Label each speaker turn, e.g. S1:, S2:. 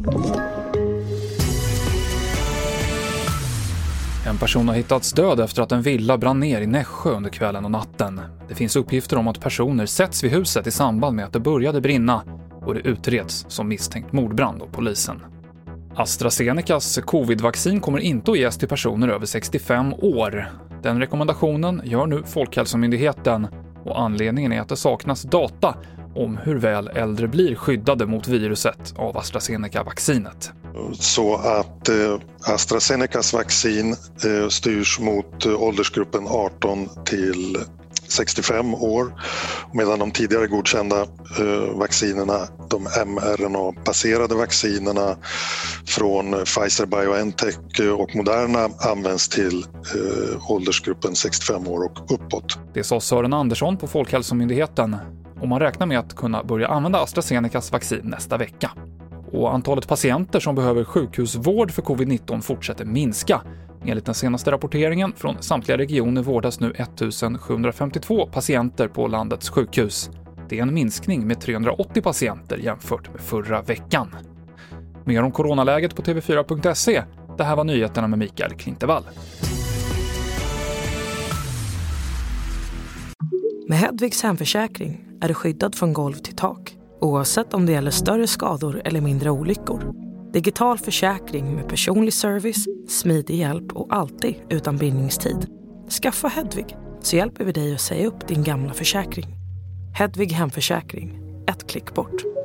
S1: En person har hittats död efter att en villa brann ner i Nässjö under kvällen och natten. Det finns uppgifter om att personer sätts vid huset i samband med att det började brinna och det utreds som misstänkt mordbrand av polisen. AstraZenecas covid-vaccin kommer inte att ges till personer över 65 år. Den rekommendationen gör nu Folkhälsomyndigheten och anledningen är att det saknas data om hur väl äldre blir skyddade mot viruset av AstraZeneca-vaccinet.
S2: Så att AstraZenecas vaccin styrs mot åldersgruppen 18 till 65 år, medan de tidigare godkända vaccinerna, de mRNA-baserade vaccinerna från Pfizer-BioNTech och Moderna används till åldersgruppen 65 år och uppåt.
S1: Det sa Sören Andersson på Folkhälsomyndigheten och man räknar med att kunna börja använda AstraZenecas vaccin nästa vecka. Och antalet patienter som behöver sjukhusvård för covid-19 fortsätter minska. Enligt den senaste rapporteringen från samtliga regioner vårdas nu 1752 patienter på landets sjukhus. Det är en minskning med 380 patienter jämfört med förra veckan. Mer om coronaläget på tv4.se. Det här var nyheterna med Mikael Klintevall.
S3: Med Hedvigs hemförsäkring är du skyddad från golv till tak, oavsett om det gäller större skador eller mindre olyckor. Digital försäkring med personlig service, smidig hjälp och alltid utan bindningstid. Skaffa Hedvig så hjälper vi dig att säga upp din gamla försäkring. Hedvig hemförsäkring, ett klick bort.